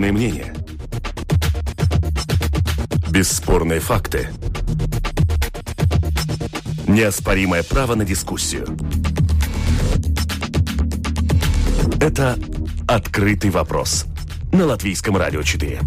Бесспорные мнения. Бесспорные факты. Неоспоримое право на дискуссию. Это «Открытый вопрос» на Латвийском радио 4.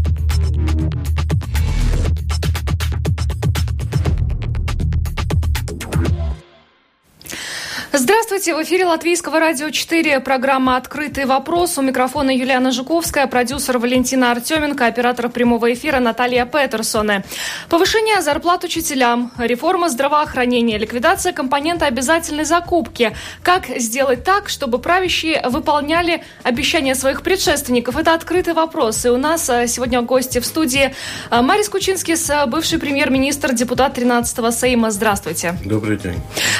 Здравствуйте, в эфире Латвийского радио 4, программа «Открытый вопрос». У микрофона Юлиана Жуковская, продюсер Валентина Артеменко, оператор прямого эфира Наталья Петерсоне. Повышение зарплат учителям, реформа здравоохранения, ликвидация компонента обязательной закупки. Как сделать так, чтобы правящие выполняли обещания своих предшественников? Это «Открытый вопрос». И у нас сегодня гости в студии Марис Кучинскис, бывший премьер-министр, депутат 13-го Сейма. Здравствуйте. Добрый день.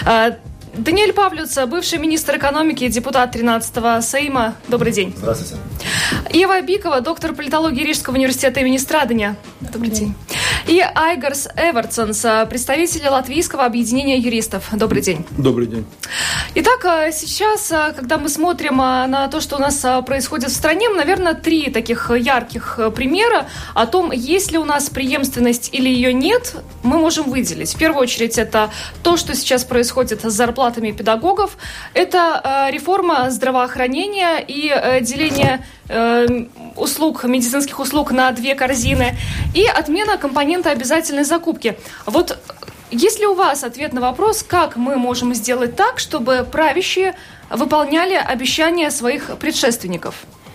Даниэль Павлюц, бывший министр экономики, депутат 13-го Сейма. Добрый день. Здравствуйте. Ева Бикова, доктор политологии Рижского университета имени Страдания. Добрый день. И Айгарс Эвертсонс, представитель Латвийского объединения юристов. Добрый день. Добрый день. Итак, сейчас, когда мы смотрим на то, что у нас происходит в стране, наверное, три таких ярких примера о том, есть ли у нас преемственность или ее нет, мы можем выделить. В первую очередь, это то, что сейчас происходит с зарплатами педагогов, это реформа здравоохранения и деление услуг, медицинских услуг на две корзины и отмена компонента обязательной закупки. Вот есть ли у вас ответ на вопрос, как мы можем сделать так, чтобы правящие выполняли обещания своих предшественников?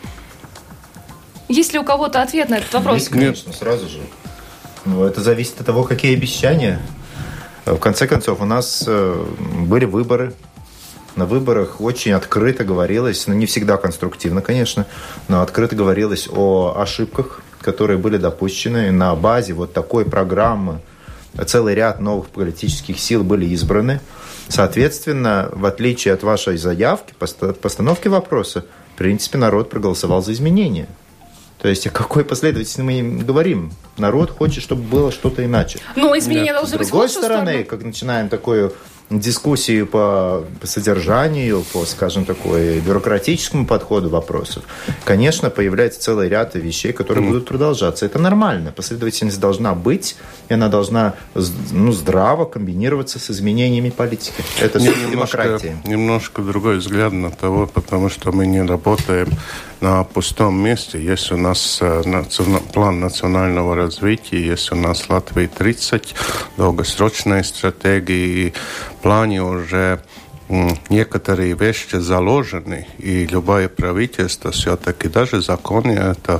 Есть ли у кого-то ответ на этот вопрос? Есть, конечно, сразу же. Это зависит от того, какие обещания. В конце концов, у нас были выборы. На выборах очень открыто говорилось, не всегда конструктивно, конечно, но открыто говорилось о ошибках, которые были допущены. На базе вот такой программы целый ряд новых политических сил были избраны. Соответственно, в отличие от вашей заявки, постановки вопроса, в принципе, народ проголосовал за изменения. То есть о какой последовательности мы говорим? Народ хочет, чтобы было что-то иначе. Но изменения должны быть в лучшую сторону. С другой стороны, как начинаем такую дискуссию по содержанию, по, скажем, такой бюрократическому подходу вопросов, конечно, появляется целый ряд вещей, которые будут продолжаться. Это нормально. Последовательность должна быть, и она должна здраво комбинироваться с изменениями политики. Это демократия. Немножко другой взгляд на того, потому что мы не работаем на пустом месте. Есть у нас план национального развития, есть у нас Латвия 30, долгосрочные стратегии, в плане уже некоторые вещи заложены, и любое правительство все-таки, даже в законе это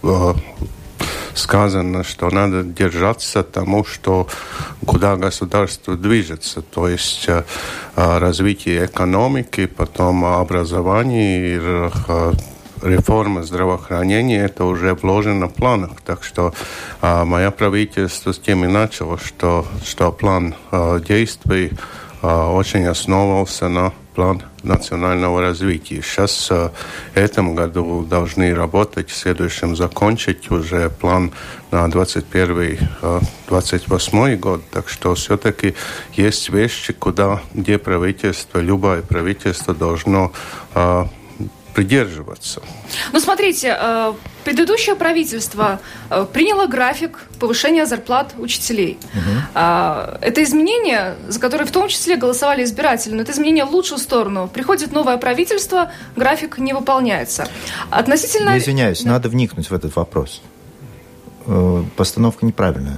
сказано, что надо держаться тому, куда государство движется, то есть развитие экономики, потом образование, реформа здравоохранения, это уже вложено в планах. Так что мое правительство с тем и начало, что план действий очень основывался на план национального развития. Сейчас в этом году должны работать, в следующем закончить уже план на 21-28 год. Так что все-таки есть вещи, где правительство, любое правительство должно придерживаться. Ну, смотрите, предыдущее правительство приняло график повышения зарплат учителей. Это изменение, за которое в том числе голосовали избиратели, но это изменение в лучшую сторону. Приходит новое правительство, график не выполняется. Относительно... Я извиняюсь, надо вникнуть в этот вопрос. Постановка неправильная.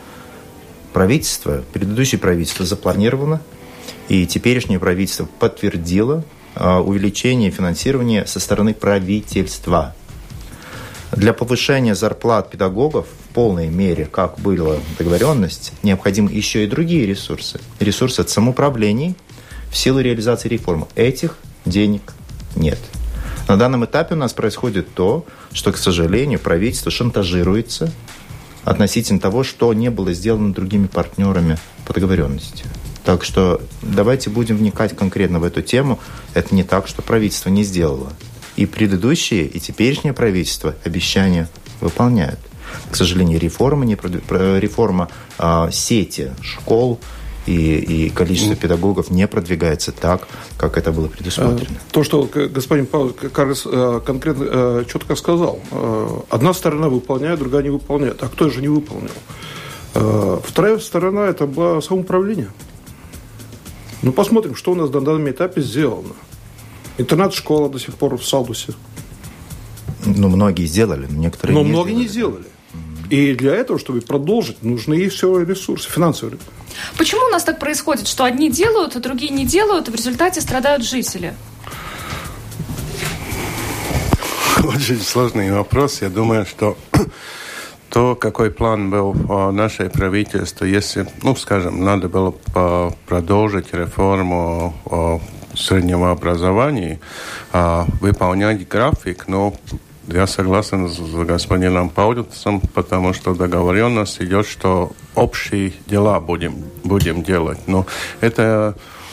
Предыдущее правительство запланировано, и теперешнее правительство подтвердило увеличение финансирования со стороны правительства. Для повышения зарплат педагогов в полной мере, как была договоренность, необходимы еще и другие ресурсы. Ресурсы от самоуправлений в силу реализации реформы. Этих денег нет. На данном этапе у нас происходит то, что, к сожалению, правительство шантажируется относительно того, что не было сделано другими партнерами по договоренности. Так что давайте будем вникать конкретно в эту тему. Это не так, что правительство не сделало. И предыдущие, и теперешнее правительство обещания выполняют. К сожалению, реформа сети школ и количество педагогов не продвигается так, как это было предусмотрено. То, что господин Павел конкретно четко сказал. Одна сторона выполняет, другая не выполняет. А кто же не выполнил? Вторая сторона – это самоуправление. Ну, посмотрим, что у нас на данном этапе сделано. Интернат-школа до сих пор в Салдусе. Ну, многие сделали, но некоторые не сделали. Но многие не сделали. И для этого, чтобы продолжить, нужны и все ресурсы финансовые. Почему у нас так происходит, что одни делают, а другие не делают, и в результате страдают жители? Очень сложный вопрос. Я думаю, что то, какой план был наше правительство, если, скажем, надо было продолжить реформу среднего образования, выполнять график, но я согласен с господином Паулюсом, потому что договоренность идет, что общие дела будем делать. Но это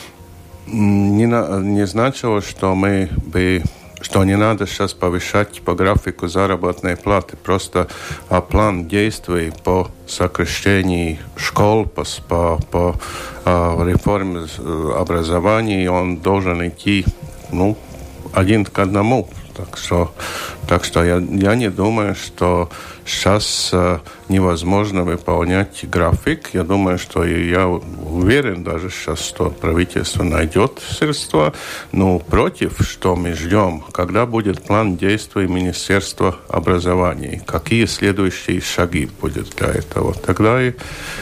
не значило, что что не надо сейчас повышать по графику заработной платы. Просто план действий по сокращению школ, по реформе образования, он должен идти один к одному. Так что я не думаю, что сейчас невозможно выполнять график. Я думаю, что я уверен даже сейчас, что правительство найдет средства. Но против, что мы ждем, когда будет план действий Министерства образования, какие следующие шаги будут для этого. Тогда и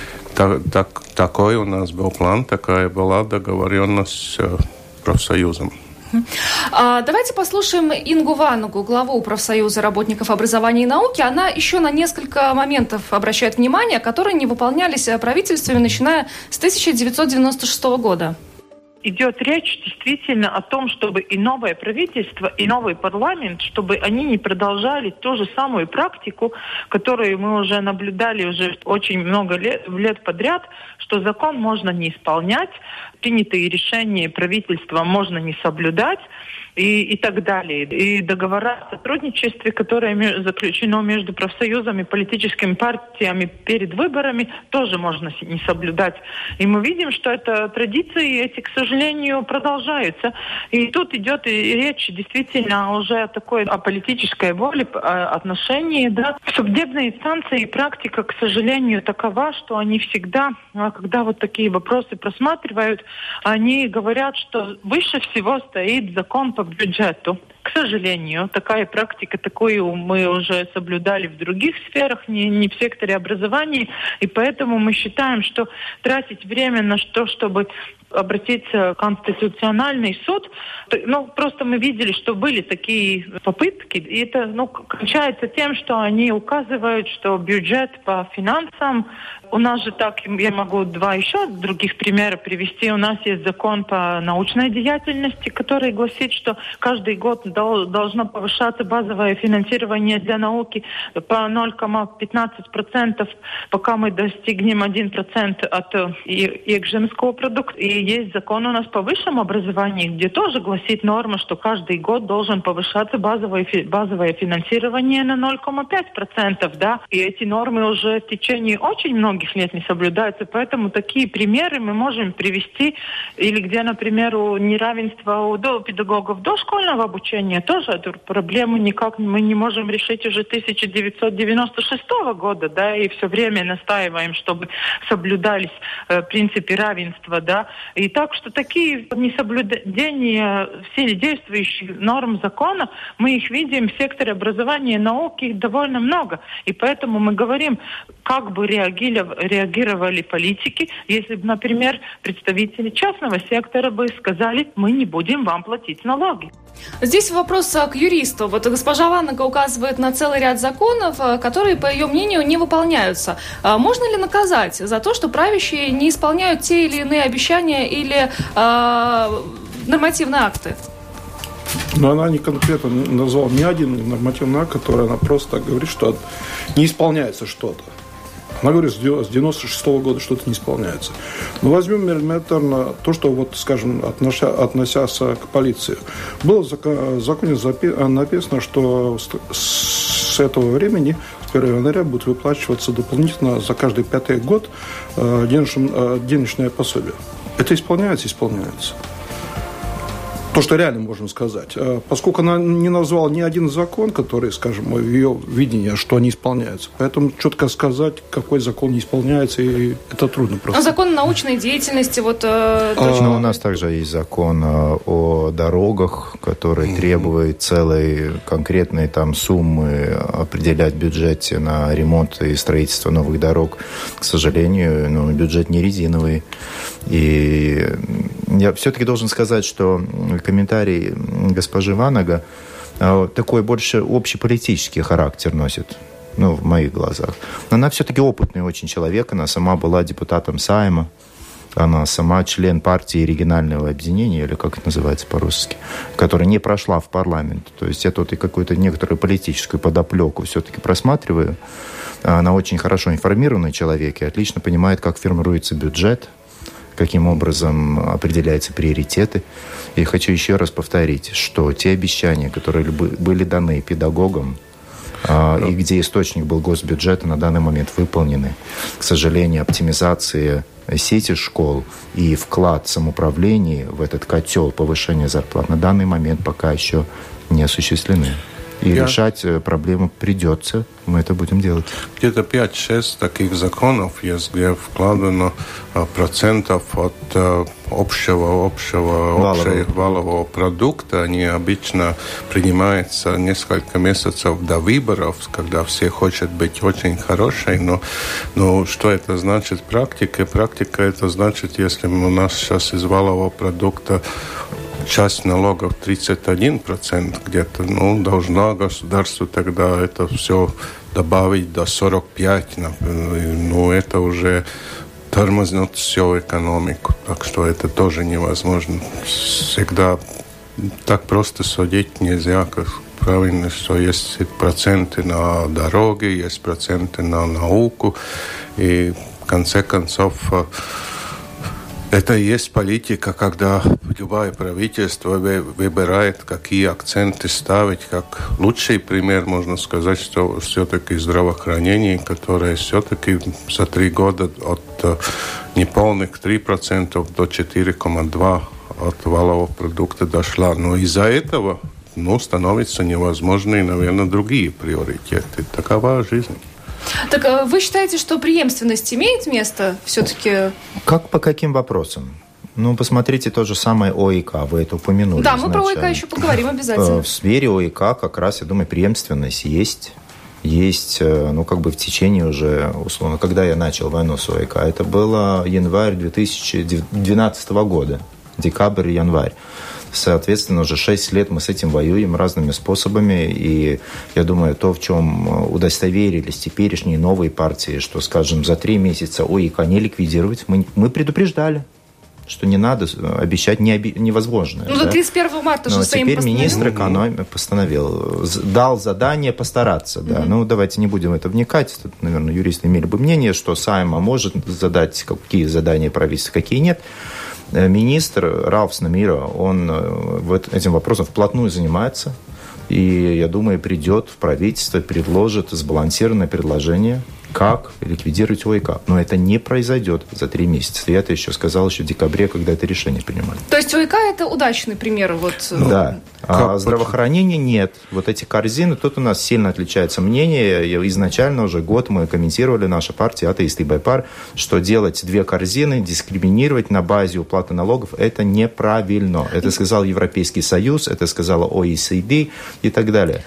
такой у нас был план, такая была договоренность с профсоюзом. Давайте послушаем Ингу Ванугу, главу профсоюза работников образования и науки. Она еще на несколько моментов обращает внимание, которые не выполнялись правительствами, начиная с 1996 года. Идет речь действительно о том, чтобы и новое правительство, и новый парламент, чтобы они не продолжали ту же самую практику, которую мы уже наблюдали уже очень много лет подряд, что закон можно не исполнять, принятые решения правительства можно не соблюдать, и так далее. И договора о сотрудничестве, которые заключено между профсоюзами и политическими партиями перед выборами, тоже можно не соблюдать. И мы видим, что это традиции эти, к сожалению, продолжаются. И тут идет и речь действительно уже о политической воле, о отношении. Да. Судебные инстанции и практика, к сожалению, такова, что они всегда, когда вот такие вопросы просматривают, они говорят, что выше всего стоит закон по бюджету. К сожалению, такая практика, такую мы уже соблюдали в других сферах, не в секторе образования, и поэтому мы считаем, что тратить время на то, чтобы обратиться в Конституциональный суд, просто мы видели, что были такие попытки, и это кончается тем, что они указывают, что бюджет по финансам, у нас же так, я могу два еще других примера привести, у нас есть закон по научной деятельности, который гласит, что каждый год должно повышаться базовое финансирование для науки по 0,15%, пока мы достигнем 1% от ЕГЖМского продукта. И есть закон у нас по высшему образованию, где тоже гласит норма, что каждый год должен повышаться базовое финансирование на 0,5%. Да? И эти нормы уже в течение очень многих лет не соблюдаются. Поэтому такие примеры мы можем привести. Или где, например, неравенство у педагогов дошкольного обучения, тоже эту проблему никак мы не можем решить уже 1996 года, да, и все время настаиваем, чтобы соблюдались принципы равенства, да, и так что такие несоблюдения в силе действующих норм закона, мы их видим в секторе образования и науки довольно много, и поэтому мы говорим, как бы реагировали политики, если бы, например, представители частного сектора бы сказали, мы не будем вам платить налоги. Здесь вопрос к юристу. Вот госпожа Ванага указывает на целый ряд законов, которые, по ее мнению, не выполняются. Можно ли наказать за то, что правящие не исполняют те или иные обещания или нормативные акты? Но она не конкретно назвала ни один нормативный акт, который она просто говорит, что не исполняется что-то. Она говорит, с 1996 года что-то не исполняется. Но возьмем элементарно то, что, вот, скажем, относясь к полиции. Было в законе написано, что с этого времени, с 1 января, будет выплачиваться дополнительно за каждый 5-й год денежное пособие. Это исполняется? Исполняется. То, что реально можно сказать. Поскольку она не назвала ни один закон, который, скажем, в ее видении, что они исполняются. Поэтому четко сказать, какой закон не исполняется, и это трудно просто. А закон научной деятельности, точно. У нас также есть закон о дорогах, который требует целой конкретной там суммы определять в бюджете на ремонт и строительство новых дорог. К сожалению, бюджет не резиновый. И я все-таки должен сказать, что комментарий госпожи Ванага такой больше общеполитический характер носит, в моих глазах. Но она все-таки опытный очень человек, она сама была депутатом Сайма, она сама член партии регионального объединения, или как это называется по-русски, которая не прошла в парламент. То есть я тут и какую-то некоторую политическую подоплеку все-таки просматриваю. Она очень хорошо информированный человек и отлично понимает, как формируется бюджет, каким образом определяются приоритеты. И хочу еще раз повторить, что те обещания, которые были даны педагогам, и где источник был госбюджета, на данный момент выполнены. К сожалению, оптимизация сети школ и вклад самоуправления в этот котел повышения зарплат на данный момент пока еще не осуществлены. И решать проблему придется, мы это будем делать. Где-то 5-6 таких законов есть, где вкладано процентов от общего валового продукта. Они обычно принимаются несколько месяцев до выборов, когда все хотят быть очень хорошей. Но что это значит в практике? Практика это значит, если у нас сейчас из валового продукта часть налогов 31% где-то, должна государство тогда это все добавить до 45%. Это уже тормознет всю экономику. Так что это тоже невозможно. Всегда так просто судить нельзя. Правильно, что есть проценты на дороги, есть проценты на науку. И в конце концов это и есть политика, когда любое правительство выбирает, какие акценты ставить. Как лучший пример можно сказать, что все-таки здравоохранение, которое все-таки за 3 года от неполных 3% до 4,2% от валового продукта дошла. Но из-за этого становятся невозможны, наверное, другие приоритеты. Такова жизнь. Так вы считаете, что преемственность имеет место все-таки? Как по каким вопросам? Посмотрите то же самое ОИК, вы это упомянули. Да, мы про ОИК еще поговорим обязательно. В сфере ОИК как раз, я думаю, преемственность есть. Есть, в течение уже, условно, когда я начал войну с ОИК, это было январь 2012 года, декабрь-январь. Соответственно, уже 6 лет мы с этим воюем разными способами. И я думаю, то, в чем удостоверились теперешние новые партии, что, скажем, за 3 месяца ОИК не ликвидировать, мы предупреждали, что не надо обещать невозможное. До 31 марта же Сейм теперь министр экономики постановил, дал задание постараться. Да. Давайте не будем в это вникать. Тут, наверное, юристы имели бы мнение, что Сайма может задать, какие задания правительства, какие нет. Министр Ралф Снамира, он этим вопросом вплотную занимается. И, я думаю, придет в правительство, предложит сбалансированное предложение, как ликвидировать ОИК. Но это не произойдет за 3 месяца. Я это еще сказал в декабре, когда это решение принимали. То есть ОИК – это удачный пример? Да. А здравоохранения нет. Эти корзины, тут у нас сильно отличается мнение. Изначально уже год мы комментировали, наша партия «Атеисты и Байпар», что делать 2 корзины, дискриминировать на базе уплаты налогов – это неправильно. Это сказал Европейский Союз, это сказала ОЕСИД и так далее.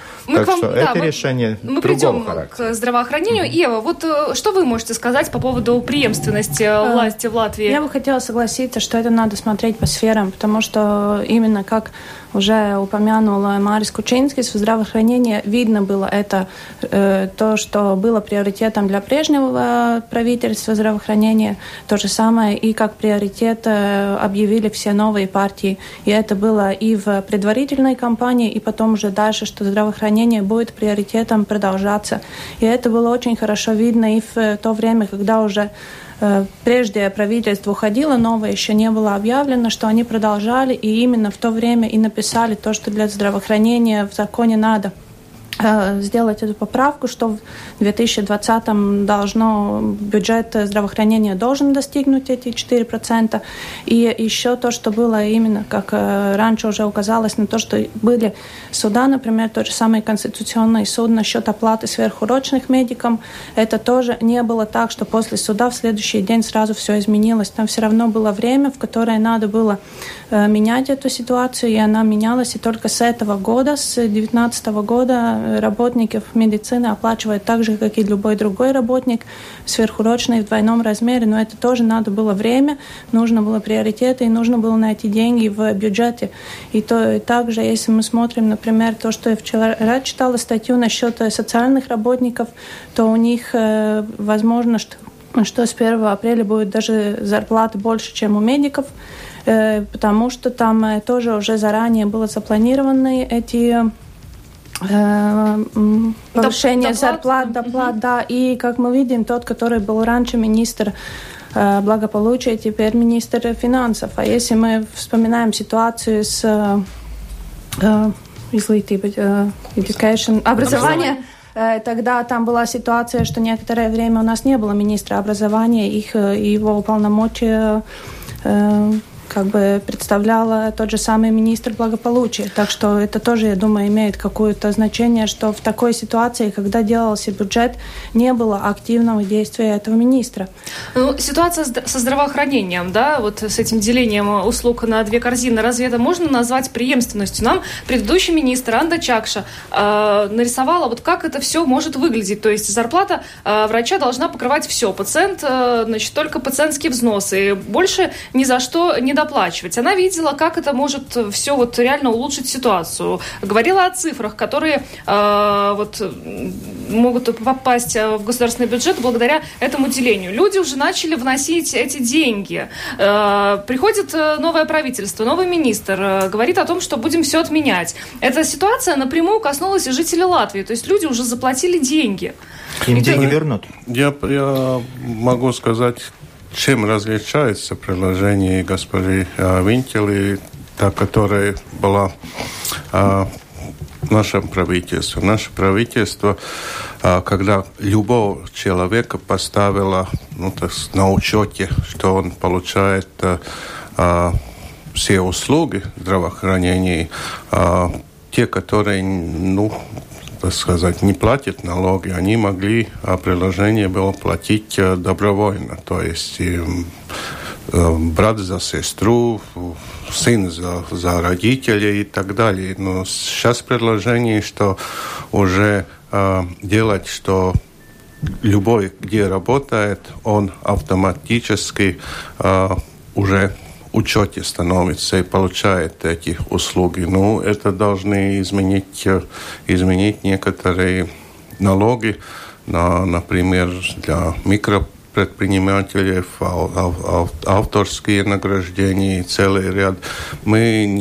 Решение другого характера. Мы придем к здравоохранению. Ева, что вы можете сказать по поводу преемственности власти в Латвии? Я бы хотела согласиться, что это надо смотреть по сферам, потому что именно как уже упомянула Марис Кучинскис, в здравоохранении видно было это, то, что было приоритетом для прежнего правительства здравоохранения, то же самое и как приоритет объявили все новые партии. И это было и в предварительной кампании, и потом уже дальше, что здравоохранение будет приоритетом продолжаться. И это было очень хорошо видно и в то время, когда уже прежде правительство уходило, новое еще не было объявлено, что они продолжали, и именно в то время и написали то, что для здравоохранения в законе надо. сделать эту поправку, что в 2020 бюджет здравоохранения должен достигнуть эти 4%. И еще то, что было именно, как раньше уже указалось, на то, что были суда, например, тот же самый Конституционный суд насчет оплаты сверхурочных медикам. Это тоже не было так, что после суда в следующий день сразу все изменилось. Там все равно было время, в которое надо было менять эту ситуацию, и она менялась. И только с этого года, с 2019 года, работников медицины оплачивают так же, как и любой другой работник, сверхурочный в двойном размере, но это тоже надо было время, нужно было приоритеты, и нужно было найти деньги в бюджете. И также, если мы смотрим, например, то, что я вчера читала статью насчет социальных работников, то у них возможно, что с 1 апреля будет даже зарплата больше, чем у медиков, потому что там тоже уже заранее было запланированы эти повышение зарплат, доплат, да. И, как мы видим, тот, который был раньше министр благополучия, теперь министр финансов. А если мы вспоминаем ситуацию с образование, тогда там была ситуация, что некоторое время у нас не было министра образования, его полномочия представляла тот же самый министр благополучия. Так что это тоже, я думаю, имеет какое-то значение, что в такой ситуации, когда делался бюджет, не было активного действия этого министра. Ситуация со здравоохранением, да, вот с этим делением услуг на две корзины, разве это можно назвать преемственностью? Нам предыдущий министр Анда Чакша нарисовала, вот как это все может выглядеть. То есть зарплата врача должна покрывать все. Пациент, только пациентские взносы. И больше ни за что не доплачивать. Она видела, как это может все реально улучшить ситуацию. Говорила о цифрах, которые могут попасть в государственный бюджет благодаря этому делению. Люди уже начали вносить эти деньги. Приходит новое правительство, новый министр, говорит о том, что будем все отменять. Эта ситуация напрямую коснулась и жителей Латвии. То есть люди уже заплатили деньги. Им деньги вернут? Я могу сказать, чем различается предложение госпожи Винтель, та, которая была в нашем правительстве. Наше правительство, когда любого человека поставило на учете, что он получает все услуги здравоохранения, те, которые, не платят налоги, они могли, предложение было платить добровольно. То есть брат за сестру, сын за родителей и так далее. Но сейчас предложение, что уже делать, что любой, где работает, он автоматически уже учете становится и получает эти услуги. Это должны изменить некоторые налоги, например, для микропредпринимателей, авторские награждения, целый ряд. Мы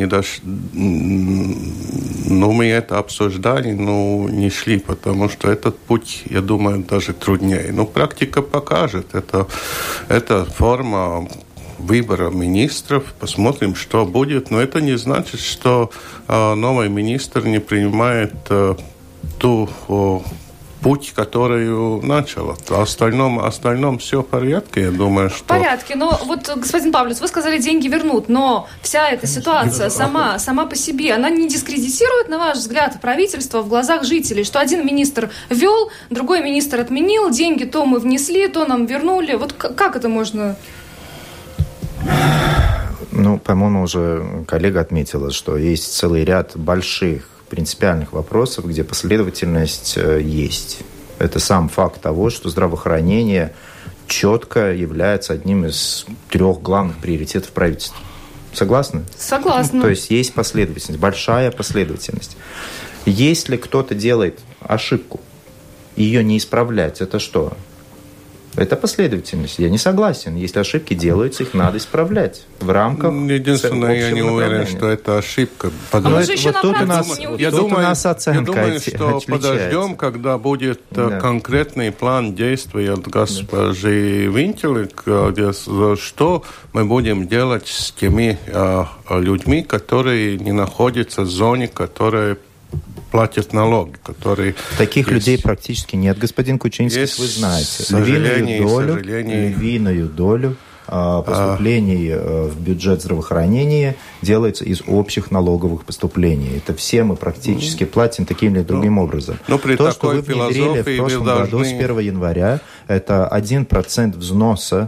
это обсуждали, но не шли, потому что этот путь, я думаю, даже труднее. Практика покажет. Это форма выбора министров, посмотрим, что будет. Но это не значит, что новый министр не принимает ту путь, который начал. А остальном все в порядке, я думаю, что... В порядке, но господин Павлюс, вы сказали, деньги вернут, но вся эта ситуация сама по себе, она не дискредитирует, на ваш взгляд, правительство в глазах жителей, что один министр ввел, другой министр отменил, деньги то мы внесли, то нам вернули. Как это можно... По-моему, уже коллега отметила, что есть целый ряд больших принципиальных вопросов, где последовательность есть. Это сам факт того, что здравоохранение четко является одним из 3 главных приоритетов правительства. Согласны? Согласна. То есть есть последовательность, большая последовательность. Если кто-то делает ошибку, ее не исправлять, это что? Это последовательность. Я не согласен. Если ошибки делаются, их надо исправлять в рамках. Единственное, я не уверен, что это ошибка. Тут у нас оценка я думаю, что подождем, когда будет конкретный план действий от госпожи Винтель, что мы будем делать с теми людьми, которые не находятся в зоне, которая платят налоги, которые... Таких людей практически нет, господин Кучинский, вы знаете. Львиную долю поступлений в бюджет здравоохранения делается из общих налоговых поступлений. Это все мы практически платим таким или другим образом. То, что вы внедрили в прошлом году с 1 января, это 1% взноса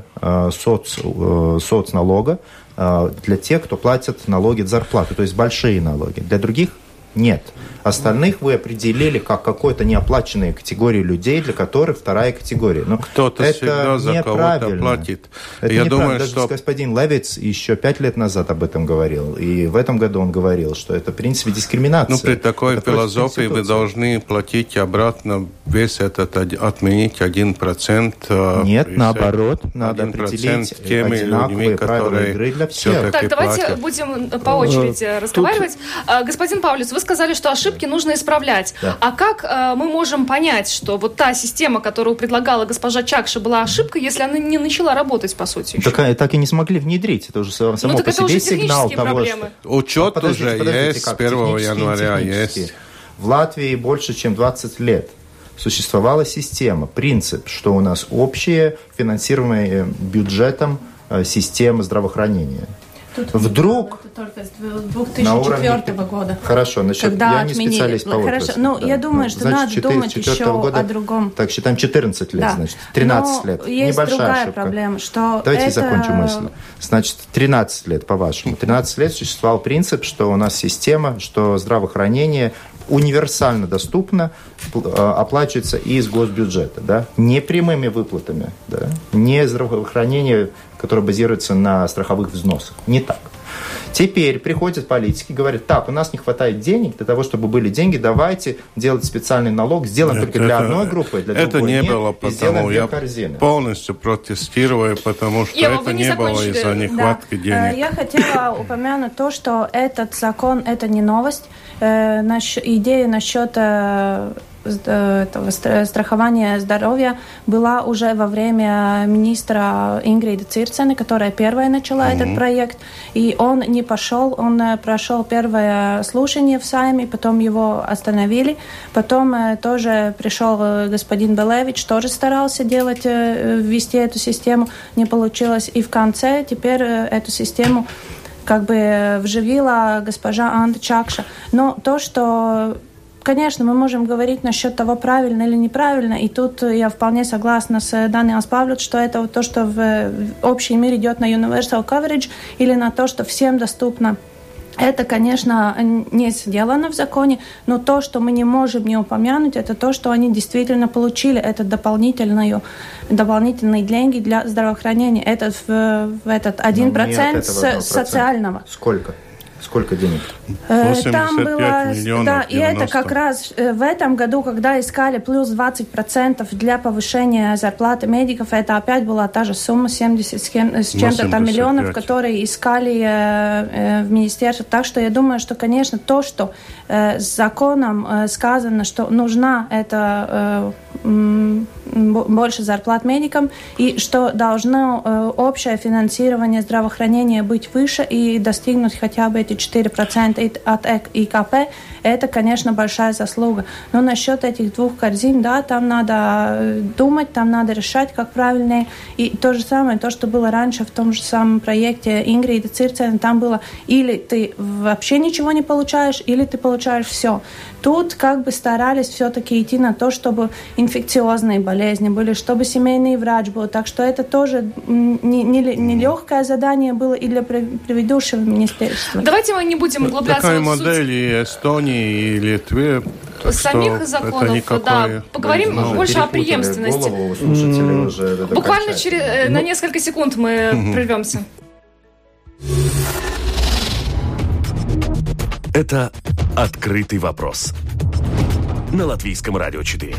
соцналога для тех, кто платит налоги за зарплату, то есть большие налоги. Для других нет. Остальных вы определили как какой-то неоплаченной категории людей, для которых вторая категория. Но кто-то всегда за кого-то платит. Это я думаю, что господин Левиц еще 5 лет назад об этом говорил. И в этом году он говорил, что это, в принципе, дискриминация. При такой философии вы должны платить обратно весь этот, отменить 1%. Нет, наоборот, надо определить одинаковые правила игры для всех. Так, давайте будем по очереди разговаривать. Господин Павлюс, вы сказали, что ошибки нужно исправлять. Да. А как мы можем понять, что вот та система, которую предлагала госпожа Чакша, была ошибкой, если она не начала работать, по сути, еще? Так и не смогли внедрить. Это уже само по себе сигнал того, что... Учет уже есть, с 1 января есть. В Латвии больше, чем 20 лет существовала система, принцип, что у нас общее финансируемое бюджетом система здравоохранения. Вдруг только с 2004 года. Хорошо, насчет, я не специалист по отрасли. Ну, да. Я думаю, что надо думать еще о другом. Так, считаем 14 лет, да. Значит, 13 Но лет. Есть небольшая другая ошибка. Проблема, что давайте это... закончим мысль. Значит, 13 лет, по-вашему. 13 лет существовал принцип, что у нас система, что здравоохранение универсально доступно, оплачивается из госбюджета, да? Не прямыми выплатами, да? Не здравоохранение, которое базируется на страховых взносах. Не так. Теперь приходят политики и говорят, так, у нас не хватает денег, для того, чтобы были деньги, давайте делать специальный налог, сделаем только для одной группы, для другой нет, было, и сделаем две корзины. Я полностью протестирую, потому что это не было из-за нехватки денег. Я хотела упомянуть то, что этот закон, это не новость. Идея насчет страхования здоровья была уже во время министра Ингриды Цирцены, которая первая начала этот проект. И он не пошел, он прошел первое слушание в Сайме, потом его остановили. Потом тоже пришел господин Белевич, тоже старался ввести эту систему, не получилось. И в конце теперь эту систему как бы вживила госпожа Анта Чакша. Но то, что... Конечно, мы можем говорить насчет того, правильно или неправильно, и тут я вполне согласна с Даниэлом Павлюс, что это вот то, что в общий мир идет на universal coverage или на то, что всем доступно. Это, конечно, не сделано в законе, но то, что мы не можем не упомянуть, это то, что они действительно получили этот дополнительные деньги для здравоохранения. Это в этот 1% социального. Сколько денег? 85 там было, миллионов. Да, и это как раз в этом году, когда искали плюс 20% для повышения зарплаты медиков, это опять была та же сумма 70 с чем-то там миллионов, которые искали в министерстве. Так что я думаю, что, конечно, то, что с законом сказано, что нужна это больше зарплат медикам, и что должно общее финансирование здравоохранения быть выше и достигнуть хотя бы эти 4% от ИКП, это, конечно, большая заслуга. Но насчет этих двух корзин, да, там надо думать, там надо решать, как правильнее. И то же самое, то, что было раньше в том же самом проекте Ингриды Цирцены, там было или ты вообще ничего не получаешь, или ты получаешь все. Тут как бы старались все-таки идти на то, чтобы инфекциозные болезни были, чтобы семейный врач был. Так что это тоже не легкое задание было и для предыдущего министерства. Давайте мы не будем углубляться такая в суть. модель и Эстонии, и Литве. Самих законов, да. Поговорим больше о преемственности. Буквально на несколько секунд мы прервемся. Это «Открытый вопрос» на Латвийском радио 4.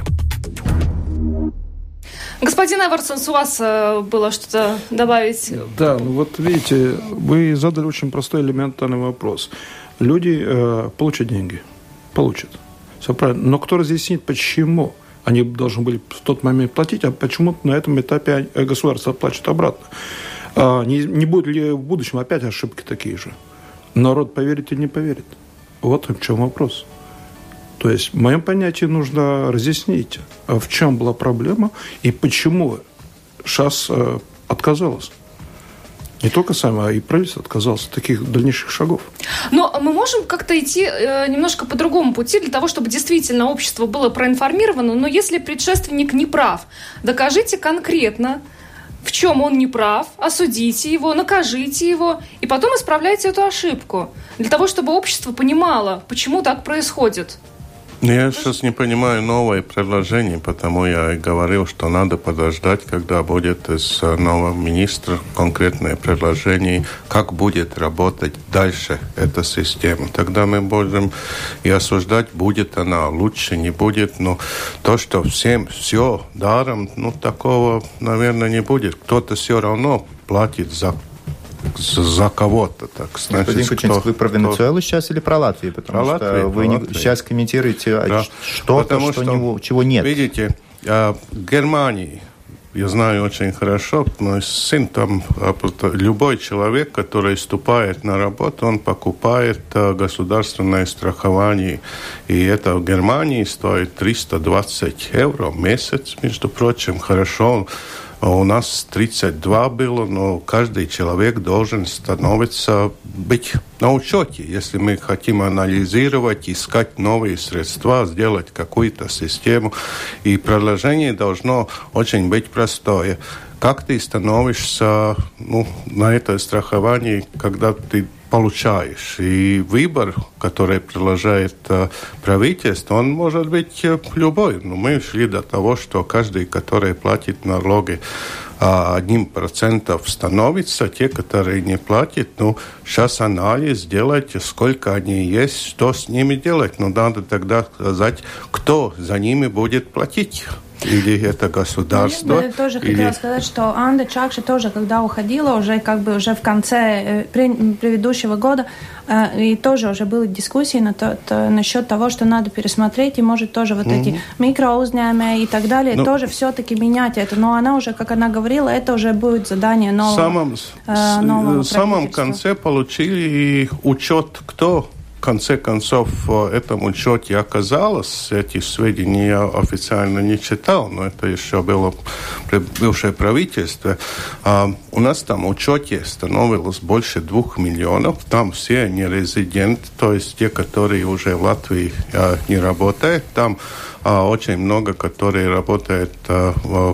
Господин Эверсон, у вас было что-то добавить? Да, вот видите, вы задали очень простой элементарный вопрос. Люди получат деньги. Получат. Все правильно. Но кто разъяснит, почему они должны были в тот момент платить, а почему на этом этапе государство платит обратно? Не будет ли в будущем опять ошибки такие же? Народ поверит или не поверит? Вот в чем вопрос. То есть, в моем понятии нужно разъяснить, в чем была проблема и почему ШАС отказалась. Не только сама, а и правительство отказалось от таких дальнейших шагов. Но мы можем как-то идти немножко по другому пути для того, чтобы действительно общество было проинформировано. Но если предшественник не прав, докажите конкретно, в чем он не прав, осудите его, накажите его, и потом исправляйте эту ошибку. Для того, чтобы общество понимало, почему так происходит. Я сейчас не понимаю новое предложение, потому я и говорил, что надо подождать, когда будет из нового министра конкретное предложение, как будет работать дальше эта система. Тогда мы можем и осуждать, будет она лучше, не будет. Но то, что всем все даром, такого, наверное, не будет. Кто-то все равно платит за кого-то, так значит. Господин Кучинский, вы про Венесуэлу сейчас или про Латвию? Потому что Латвию, вы сейчас комментируете что-то, чего нет. Видите, в Германии, я знаю очень хорошо, мой сын там, любой человек, который вступает на работу, он покупает государственное страхование. И это в Германии стоит 320 евро в месяц, между прочим, хорошо. У нас 32 было, но каждый человек должен быть на учете. Если мы хотим анализировать, искать новые средства, сделать какую-то систему. И предложение должно очень быть простое. Как ты становишься на это страхование, когда ты получаешь. И выбор, который предложит правительство, он может быть любой. Но мы шли до того, что каждый, который платит налоги, 1% становится, те, которые не платят, сейчас анализ делать, сколько они есть, что с ними делать. Но надо тогда сказать, кто за ними будет платить. Или это государство. Я тоже хотела сказать, что Анда Чакша тоже, когда уходила, уже в конце предыдущего года, и тоже уже были дискуссии насчет того, что надо пересмотреть, и может тоже эти микроузнями и так далее, тоже все-таки менять это. Но она уже, как она говорила, это уже будет задание нового правительства. В самом конце получили учет, кто в конце концов в этом учете оказалось. Эти сведения я официально не читал, но это еще было бывшее правительство. У нас там в учете становилось больше 2 миллионов. Там все не резиденты, то есть те, которые уже в Латвии не работают. Там очень много, которые работают в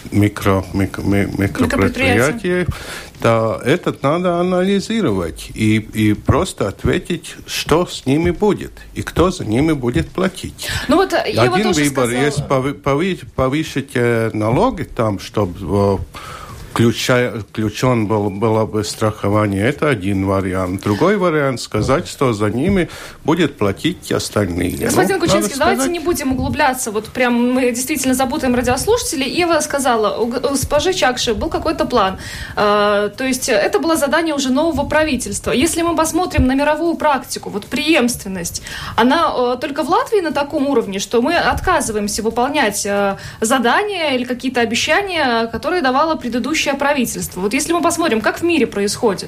микропредприятия. Да, это надо анализировать и просто ответить, что с ними будет и кто за ними будет платить. Один выбор есть повысить налоги там, чтобы включен было бы страхование. Это один вариант. Другой вариант сказать, что за ними будет платить остальные. Господин Кучинский, давайте не будем углубляться. Прям мы действительно запутаем радиослушателей. Ева сказала, у госпожи Чакши был какой-то план. То есть это было задание уже нового правительства. Если мы посмотрим на мировую практику, преемственность, она только в Латвии на таком уровне, что мы отказываемся выполнять задания или какие-то обещания, которые давало предыдущее правительство. Если мы посмотрим, как в мире происходит.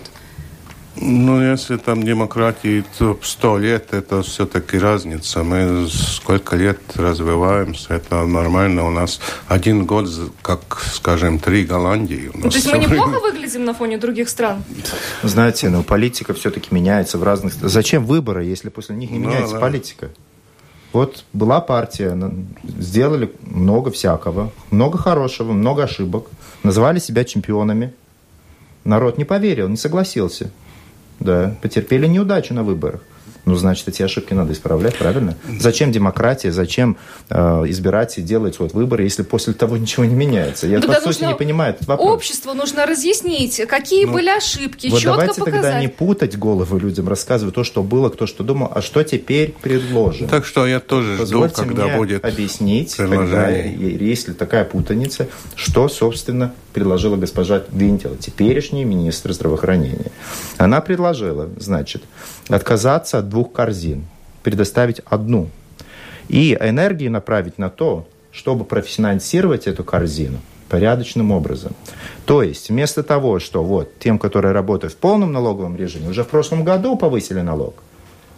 Если там демократии 100 лет, это все-таки разница. Мы сколько лет развиваемся, это нормально. У нас 1 год, как, скажем, 3 Голландии. То есть мы неплохо выглядим на фоне других стран? Знаете, политика все-таки меняется в разных... Зачем выборы, если после них не меняется политика? Была партия, сделали много всякого, много хорошего, много ошибок, называли себя чемпионами. Народ не поверил, не согласился. Да, потерпели неудачу на выборах. Значит, эти ошибки надо исправлять, правильно? Зачем демократия, зачем избирать и делать выборы, если после того ничего не меняется? Я, по сути, не понимаю этот вопрос. Обществу нужно разъяснить, какие были ошибки, четко давайте показать. Тогда не путать головы людям, рассказывать то, что было, кто что думал, а что теперь предложим. Так что я тоже жду, когда будет объяснить, когда, если такая путаница, что, собственно, предложила госпожа Винтела, теперешний министр здравоохранения. Она предложила, отказаться от 2 корзин, предоставить 1. И энергию направить на то, чтобы профессионализировать эту корзину порядочным образом. То есть, вместо того, что тем, которые работают в полном налоговом режиме, уже в прошлом году повысили налог,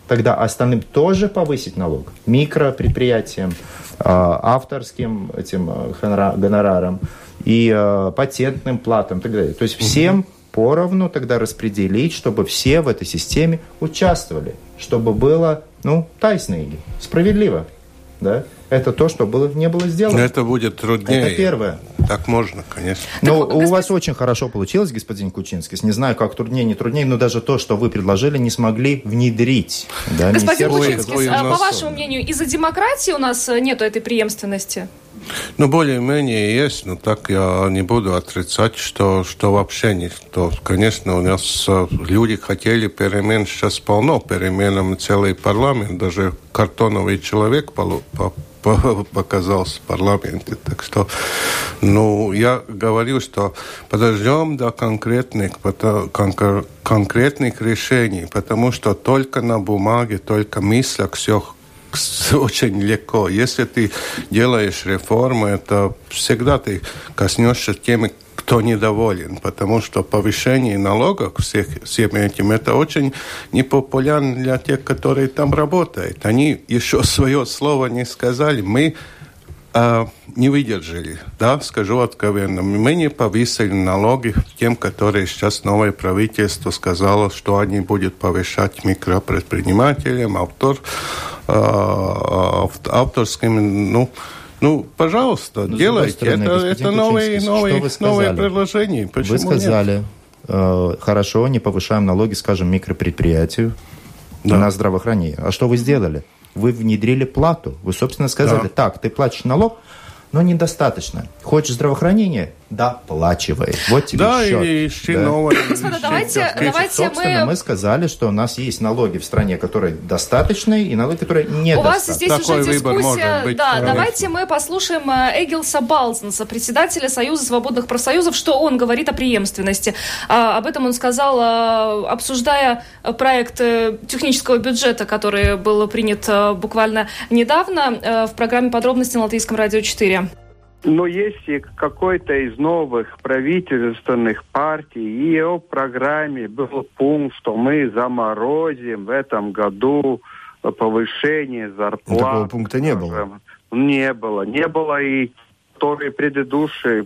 тогда остальным тоже повысить налог. Микропредприятиям, авторским этим гонорарам и патентным платам и так далее. То есть всем поровну тогда распределить, чтобы все в этой системе участвовали, чтобы было, тайснейги, справедливо. Да? Это то, что не было сделано. Это будет труднее. Это первое. Так можно, конечно. Но у вас очень хорошо получилось, господин Кучинскис. Не знаю, как труднее, не труднее, но даже то, что вы предложили, не смогли внедрить. Да? Господин Кучинскис, по вашему мнению, из-за демократии у нас нету этой преемственности? Более-менее есть, но так я не буду отрицать, что вообще никто. Конечно, у нас люди хотели перемен, сейчас полно перемен, целый парламент, даже картоновый человек показался в парламенте. Так что, я говорю, что подождем до конкретных решений, потому что только на бумаге, только мыслях все очень легко. Если ты делаешь реформы, это всегда ты коснешься теми, кто недоволен, потому что повышение налогов всем этим, это очень непопулярно для тех, которые там работают. Они еще свое слово не сказали. Мы не выдержали, скажу откровенно. Мы не повысили налоги тем, которые сейчас новое правительство сказало, что они будут повышать микропредпринимателям, авторским, пожалуйста, делайте. Это новые предложения. Почему вы сказали, хорошо, не повышаем налоги, скажем, микропредприятию на здравоохранение. А что вы сделали? Вы внедрили плату. Вы, собственно, сказали, так, ты платишь налог, но недостаточно. Хочешь здравоохранение? Доплачивай. Вот тебе счет. И ищи новое. Господа, давайте собственно, мы сказали, что у нас есть налоги в стране, которые достаточные, и налоги, которые недостаточные. У вас здесь такой уже дискуссия. Давайте мы послушаем Эгилса Балзенса, председателя Союза свободных профсоюзов, что он говорит о преемственности. Об этом он сказал, обсуждая проект технического бюджета, который был принят буквально недавно в программе «Подробности» на Латвийском радио 4. Но если какой-то из новых правительственных партий и его программе был пункт, что мы заморозим в этом году повышение зарплат. Такого пункта не было. Не было и которые предыдущие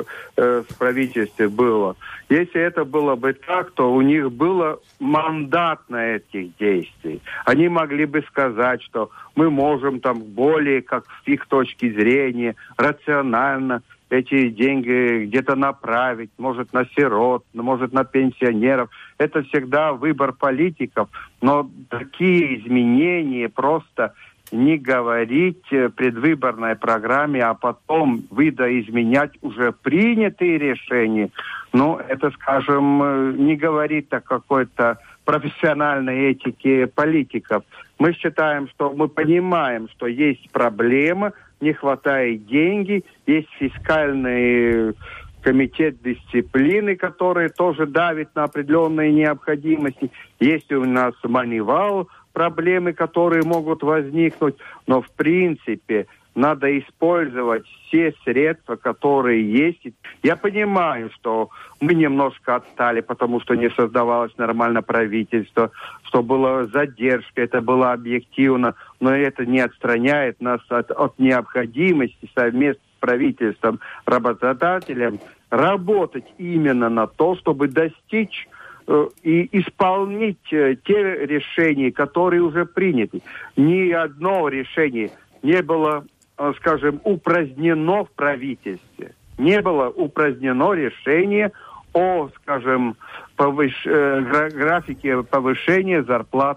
в правительстве было. Если это было бы так, то у них был мандат на этих действий. Они могли бы сказать, что мы можем там более, как с их точки зрения, рационально эти деньги где-то направить, может, на сирот, может, на пенсионеров. Это всегда выбор политиков. Но такие изменения просто не говорить в предвыборной программе, а потом видоизменять уже принятые решения, это, скажем, не говорит о какой-то профессиональной этике политиков. Мы считаем, что мы понимаем, что есть проблема, не хватает денег, есть фискальный комитет дисциплины, который тоже давит на определенные необходимости. Есть у нас манивал, проблемы, которые могут возникнуть, но в принципе надо использовать все средства, которые есть. Я понимаю, что мы немножко отстали, потому что не создавалось нормально правительство, что была задержка, это было объективно, но это не отстраняет нас от необходимости совместно с правительством, работодателем работать именно на то, чтобы достичь и исполнить те решения, которые уже приняты. Ни одно решение не было, скажем, упразднено в правительстве. Не было упразднено решение о, скажем, графике повышения зарплат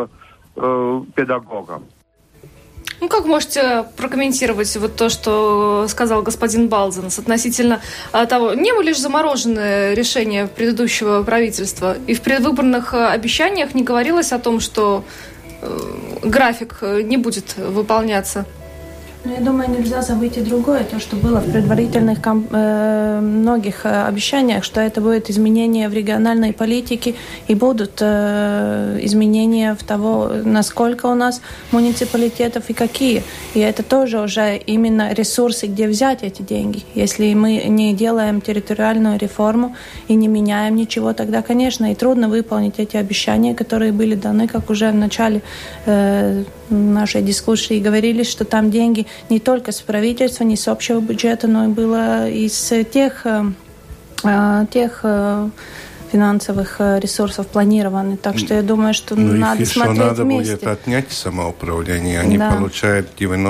педагогам. Как можете прокомментировать то, что сказал господин Балзенс относительно того, не были лишь заморожены решения предыдущего правительства, и в предвыборных обещаниях не говорилось о том, что график не будет выполняться? Я думаю, нельзя забыть и другое, то, что было в предварительных многих обещаниях, что это будет изменение в региональной политике и будут изменения в того, насколько у нас муниципалитетов и какие. И это тоже уже именно ресурсы, где взять эти деньги. Если мы не делаем территориальную реформу и не меняем ничего, тогда, конечно, и трудно выполнить эти обещания, которые были даны, как уже в начале нашей дискуссии говорили, что там деньги не только с правительства, не с общего бюджета, но и было из тех финансовых ресурсов планированы. Так что я думаю, что надо смотреть надо вместе. будет отнять самоуправление. Они получают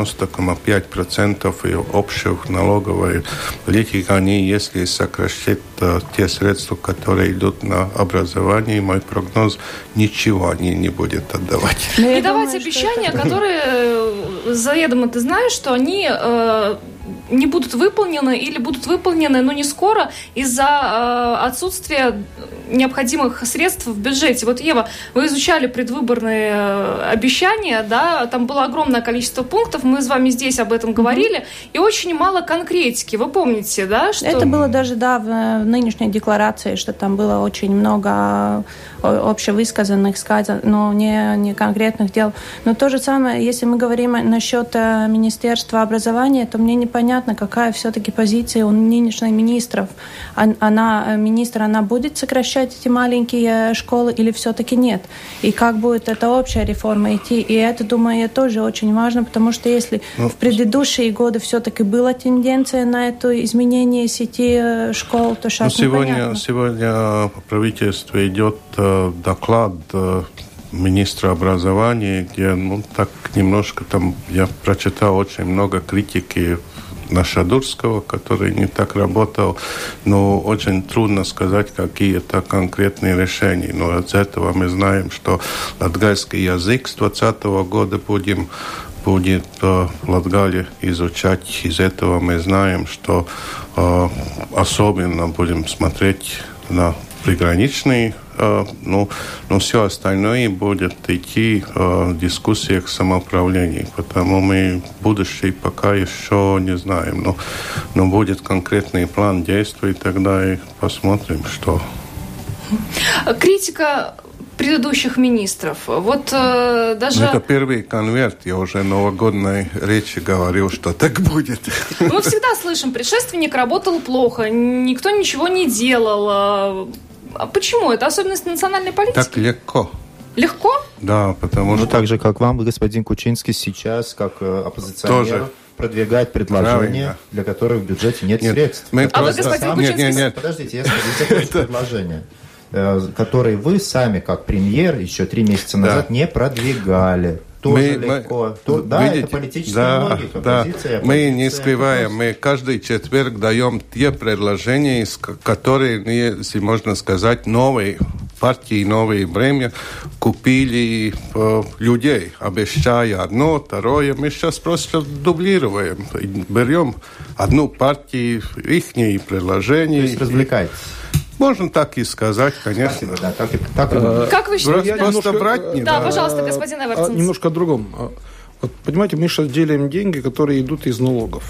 90,5% и общих налоговой политики. Они, если сокращать те средства, которые идут на образование, мой прогноз, ничего они не будут отдавать. Не давать обещания, которые заведомо ты знаешь, что они не будут выполнены или будут выполнены, но не скоро из-за отсутствия необходимых средств в бюджете. Вот, Ева, вы изучали предвыборные обещания, да, там было огромное количество пунктов, мы с вами здесь об этом говорили, и очень мало конкретики. Вы помните, да? Что... Это было даже, да, в нынешней декларации, что там было очень много общевысказанных, но не конкретных дел. Но то же самое, если мы говорим насчет Министерства образования, то мне непонятно, какая все-таки позиция у нынешних министров. Она будет сокращать эти маленькие школы или все-таки нет? И как будет эта общая реформа идти? И это, думаю, тоже очень важно, потому что если в предыдущие годы все-таки была тенденция на это изменение сети школ, то сейчас непонятно. Сегодня правительство идет доклад министра образования, где так немножко там я прочитал очень много критики на Шадурского, который не так работал, но очень трудно сказать какие-то конкретные решения. Но от этого мы знаем, что латгальский язык с 2020 года будет в Латгалии изучать. Из этого мы знаем, что особенно будем смотреть на приграничные, но все остальное будет идти в дискуссиях самоуправления, потому мы будущее пока еще не знаем. Но будет конкретный план действий, тогда и посмотрим, что... Критика предыдущих министров. Вот даже... Это первый конверт. Я уже в новогодной речи говорил, что так будет. Мы всегда слышим, предшественник работал плохо, никто ничего не делал. А почему? Это особенность национальной политики? Так легко. Легко? Да, потому что... так же, как вам, господин Кучинский, сейчас, как оппозиционер, тоже продвигать предложения, для которых в бюджете нет средств. Вы, господин Кучинский... Подождите, я скажу предложение, которые вы сами, как премьер, еще 3 месяца назад не продвигали. Тоже легко. Видите, это политическая логика. Позиция, мы не скрываем, мы каждый четверг даем те предложения, которые, если можно сказать, новые партии, новое время купили людей, обещая одно, второе. Мы сейчас просто дублируем, берем одну партию, их предложения. То есть развлекайтесь. Можно так и сказать, конечно. Спасибо, да, как вы считаете? Просто брать не да, пожалуйста, господин Эвертинс. Немножко о другом. Вот, понимаете, мы сейчас делим деньги, которые идут из налогов.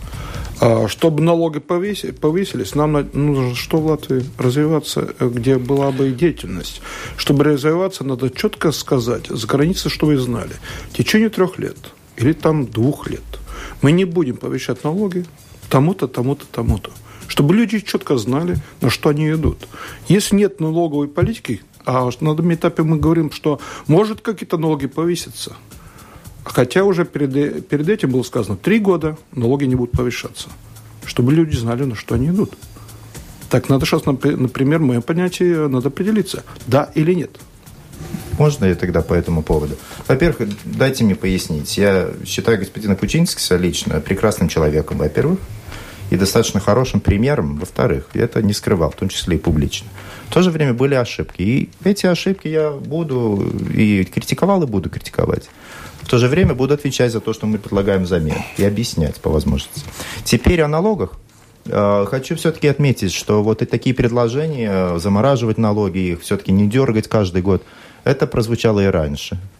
Чтобы налоги повысились, нам нужно что в Латвии? Развиваться, где была бы деятельность. Чтобы развиваться, надо четко сказать, за границей, что вы знали, в течение 3 лет или там 2 лет мы не будем повышать налоги тому-то, тому-то, тому-то. Чтобы люди четко знали, на что они идут. Если нет налоговой политики, а на этом этапе мы говорим, что может какие-то налоги повыситься. Хотя уже перед этим было сказано, 3 года налоги не будут повышаться. Чтобы люди знали, на что они идут. Так надо сейчас, например, мое понятие, надо определиться, да или нет. Можно я тогда по этому поводу? Во-первых, дайте мне пояснить. Я считаю господина Кучинского лично прекрасным человеком, во-первых, и достаточно хорошим примером, во-вторых, я это не скрывал, в том числе и публично. В то же время были ошибки, и эти ошибки я буду и критиковал, и буду критиковать. В то же время буду отвечать за то, что мы предлагаем взамен, и объяснять по возможности. Теперь о налогах. Хочу все-таки отметить, что вот и такие предложения, замораживать налоги, их все-таки не дергать каждый год, это прозвучало и раньше.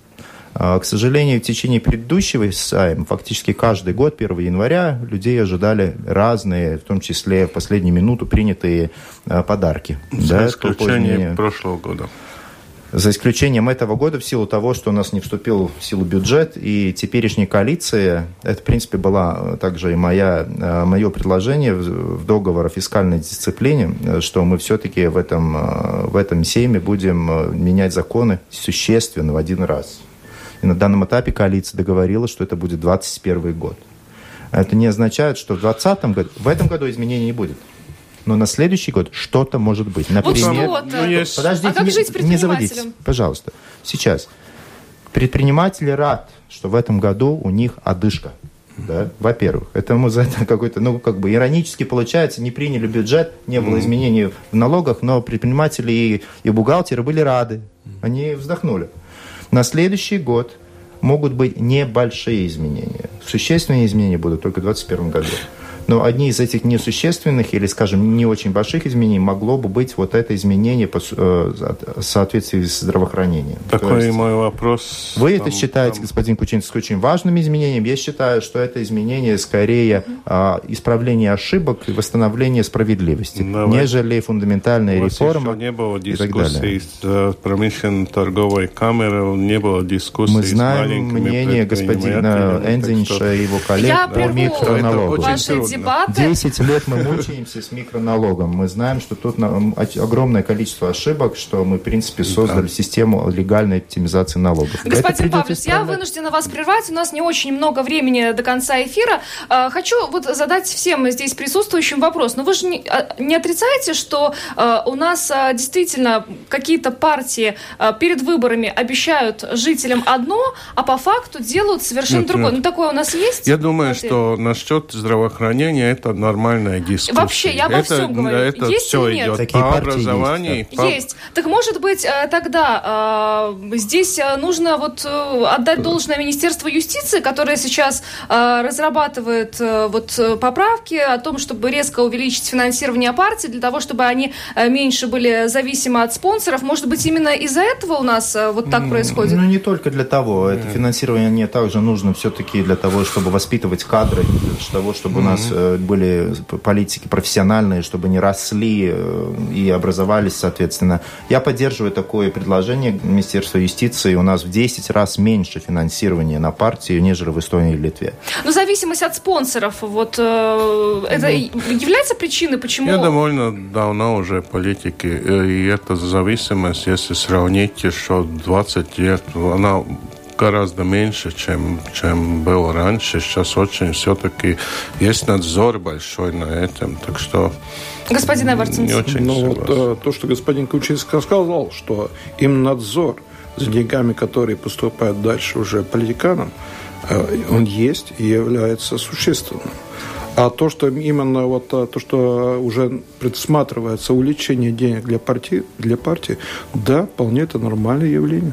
К сожалению, в течение предыдущего сайма, фактически каждый год, 1 января, людей ожидали разные, в том числе в последнюю минуту принятые подарки. За исключением прошлого года. За исключением этого года, в силу того, что у нас не вступил в силу бюджет, и теперешняя коалиция, это, в принципе, была также и мое предложение в договор о фискальной дисциплине, что мы все-таки в этом сейме будем менять законы существенно в один раз. И на данном этапе коалиция договорилась, что это будет 2021 год. Это не означает, что в 2020 году, в этом году изменений не будет. Но на следующий год что-то может быть. Например, подождите, как жить предпринимателям? Не заводитесь, пожалуйста. Сейчас. Предприниматели рад, что в этом году у них одышка. Да? Во-первых, это мы за это какой-то, иронически получается, не приняли бюджет, не было изменений в налогах, но предприниматели и бухгалтеры были рады. Они вздохнули. На следующий год могут быть небольшие изменения. Существенные изменения будут только в 2021 году. Но одни из этих несущественных или, скажем, не очень больших изменений могло бы быть вот это изменение в соответствии с здравоохранением. Такой мой вопрос. Вы это считаете, господин Кучинский, очень важным изменением. Я считаю, что это изменение скорее исправление ошибок и восстановление справедливости, нежели фундаментальная реформа. Не было дискуссий с промышленно-торговой камерой, не было дискуссий мы знаем мнение господина Энзинша и его коллег о микроналогах. 10 лет мы мучаемся с микроналогом. Мы знаем, что тут огромное количество ошибок, что мы, в принципе, создали систему легальной оптимизации налогов. Господин Павлюс, я вынуждена вас прервать. У нас не очень много времени до конца эфира. Хочу задать всем здесь присутствующим вопрос. Но вы же не отрицаете, что у нас действительно какие-то партии перед выборами обещают жителям одно, а по факту делают совершенно другое. Ну, такое у нас есть? Я думаю, что насчет здравоохранения это нормальная дискуссия. Вообще, я обо всем говорю. Это есть все или нет? идет такие по образованию. Есть. Так может быть тогда здесь нужно отдать должное Министерству юстиции, которое сейчас разрабатывает поправки о том, чтобы резко увеличить финансирование партий для того, чтобы они меньше были зависимы от спонсоров. Может быть, именно из-за этого у нас так происходит? Ну, не только для того. Это финансирование также нужно все-таки для того, чтобы воспитывать кадры, для того, чтобы у нас были политики профессиональные, чтобы они росли и образовались, соответственно. Я поддерживаю такое предложение Министерства юстиции. У нас в 10 раз меньше финансирования на партию, нежели в Эстонии и Литве. Но зависимость от спонсоров, это является причиной, почему... Я довольно давно уже политики, и эта зависимость, если сравнить, что 20 лет, она гораздо меньше, чем было раньше. Сейчас очень все-таки есть надзор большой на этом, так что... Господин Эвертсон. Не очень то, что господин Кучинский сказал, что им надзор за деньгами, которые поступают дальше уже политиканам, он есть и является существенным. А то, что именно то, что уже предусматривается увеличение денег для партии, да, вполне это нормальное явление.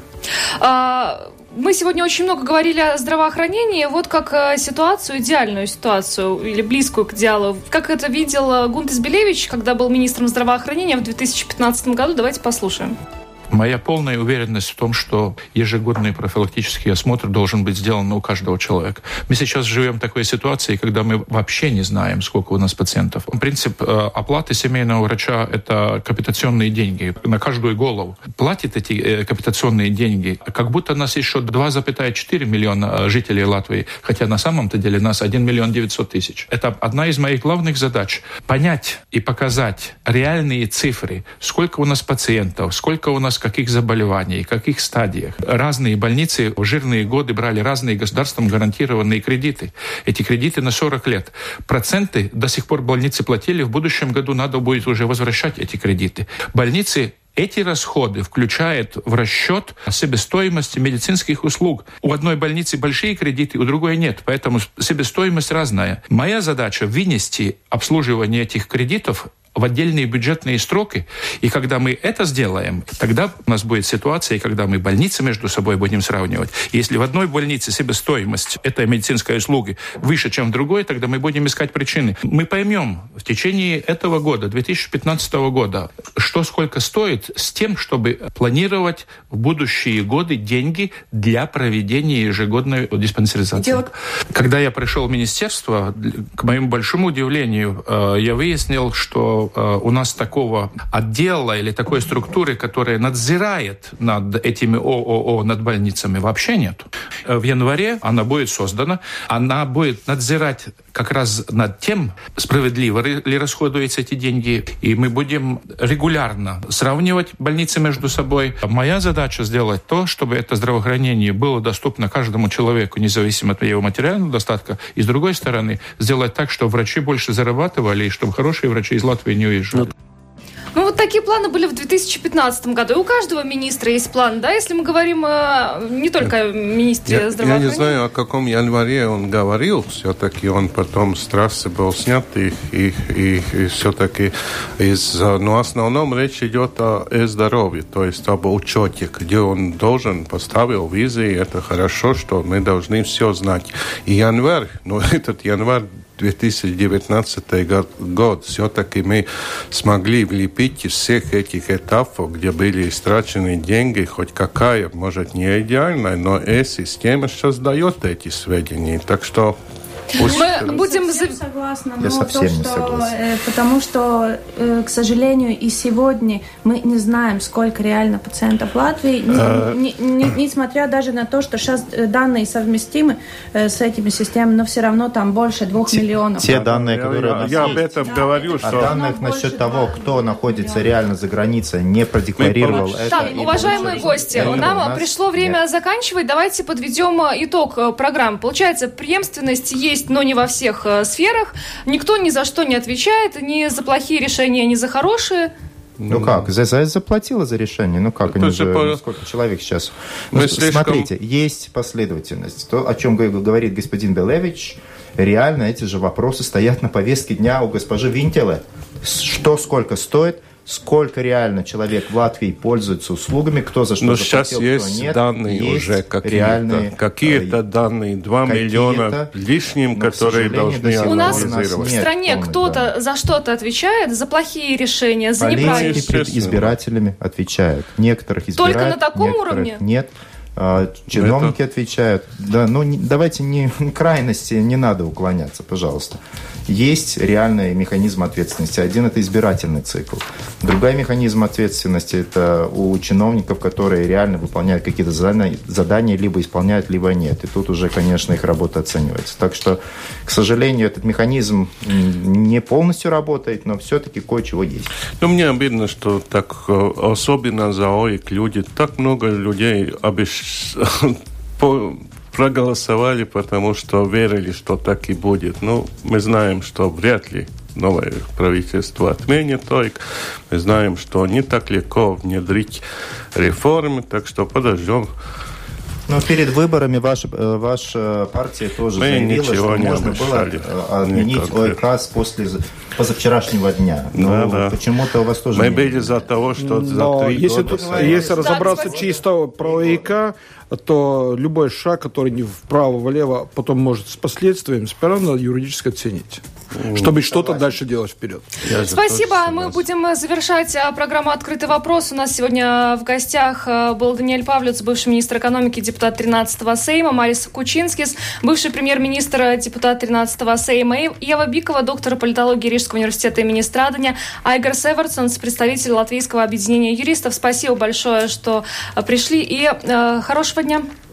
Мы сегодня очень много говорили о здравоохранении. Вот как идеальную ситуацию, или близкую к идеалу, как это видел Гунтес Белевич, когда был министром здравоохранения в 2015 году. Давайте послушаем. Моя полная уверенность в том, что ежегодный профилактический осмотр должен быть сделан у каждого человека. Мы сейчас живем в такой ситуации, когда мы вообще не знаем, сколько у нас пациентов. Принцип оплаты семейного врача – это капитационные деньги на каждую голову. Платят эти капитационные деньги, как будто нас еще 2,4 миллиона жителей Латвии, хотя на самом-то деле нас 1 миллион 900 тысяч. Это одна из моих главных задач – понять и показать реальные цифры, сколько у нас пациентов, сколько у нас каких заболеваний, каких стадиях. Разные больницы в жирные годы брали разные государством гарантированные кредиты. Эти кредиты на 40 лет. Проценты до сих пор больницы платили, в будущем году надо будет уже возвращать эти кредиты. Больницы эти расходы включают в расчет себестоимости медицинских услуг. У одной больницы большие кредиты, у другой нет, поэтому себестоимость разная. Моя задача – вынести обслуживание этих кредитов в отдельные бюджетные строки. И когда мы это сделаем, тогда у нас будет ситуация, когда мы больницы между собой будем сравнивать. Если в одной больнице себестоимость этой медицинской услуги выше, чем в другой, тогда мы будем искать причины. Мы поймем в течение этого года, 2015 года, что сколько стоит с тем, чтобы планировать в будущие годы деньги для проведения ежегодной диспансеризации. Когда я пришел в министерство, к моему большому удивлению, я выяснил, что у нас такого отдела или такой структуры, которая надзирает над этими ООО, над больницами, вообще нет. В январе она будет создана. Она будет надзирать как раз над тем, справедливо ли расходуются эти деньги, и мы будем регулярно сравнивать больницы между собой. Моя задача сделать то, чтобы это здравоохранение было доступно каждому человеку, независимо от его материального достатка, и, с другой стороны, сделать так, чтобы врачи больше зарабатывали, и чтобы хорошие врачи из Латвии не уезжали. Ну, вот такие планы были в 2015 году. И у каждого министра есть план, да, если мы говорим не только о министре здравоохранения. Я не знаю, о каком январе он говорил. Все-таки он потом с трассы был снят, и все-таки но в основном речь идет о здоровье, то есть об учете, где он должен поставил визы, и это хорошо, что мы должны все знать. И январь, этот январь 2019 год, все-таки мы смогли влепить из всех этих этапов, где были истрачены деньги, хоть какая, может, не идеальная, но система сейчас дает эти сведения. Так что мы будем... согласна, я совсем не согласен. Потому что, к сожалению, и сегодня мы не знаем, сколько реально пациентов в Латвии, несмотря даже на то, что сейчас данные совместимы с этими системами, но все равно там больше 2 миллионов. Те данные, которые у нас я об этом говорю, что... данных насчет того, кто находится реально за границей, не продекларировал это. Так, уважаемые гости, нам пришло время заканчивать. Давайте подведем итог программы. Получается, преемственность есть, но не во всех сферах. Никто ни за что не отвечает, ни за плохие решения, ни за хорошие. Ну как? ЗС заплатила за решение. Ну как? Они же, сколько человек сейчас? Смотрите, есть последовательность. То, о чем говорит господин Белевич, реально эти же вопросы стоят на повестке дня у госпожи Винтеле. Что сколько стоит? Сколько реально человек в Латвии пользуется услугами, кто за что заплатил, сейчас есть нет. Данные есть уже какие-то данные, 2 миллиона лишним, которые должны анализировать. У нас в стране кто-то за что-то отвечает, за плохие решения, за неправильные. Политики перед избирателями отвечают. Некоторых избирают, только на таком уровне? Нет. Чиновники отвечают. Да, давайте крайности не надо уклоняться, пожалуйста. Есть реальный механизм ответственности. Один – это избирательный цикл. Другой механизм ответственности – это у чиновников, которые реально выполняют какие-то задания, либо исполняют, либо нет. И тут уже, конечно, их работа оценивается. Так что, к сожалению, этот механизм не полностью работает, но все-таки кое-чего есть. Мне обидно, что так, особенно за ОИК люди, так много людей проголосовали, потому что верили, что так и будет. Мы знаем, что вряд ли новое правительство отменит ОИК. Мы знаем, что не так легко внедрить реформы, так что подождем. Но перед выборами ваша партия тоже заявила, что можно было отменить ОИК после позавчерашнего дня. Но почему-то у вас тоже... Мы были за того, что за 3 года... Если разобраться чисто про ОИК, то любой шаг, который не вправо-влево, потом может с последствиями, сперва надо юридически оценить, чтобы что-то дальше делать вперед. Спасибо. Мы будем завершать программу «Открытый вопрос». У нас сегодня в гостях был Даниэль Павлюц, бывший министр экономики, депутат 13-го Сейма, Марис Кучинскис, бывший премьер-министр, депутат 13-го Сейма, Ева Бикова, доктор политологии Рижского университета имени Страдания, Айгар Северсонс, представитель Латвийского объединения юристов. Спасибо большое, что пришли, и хорошего дня.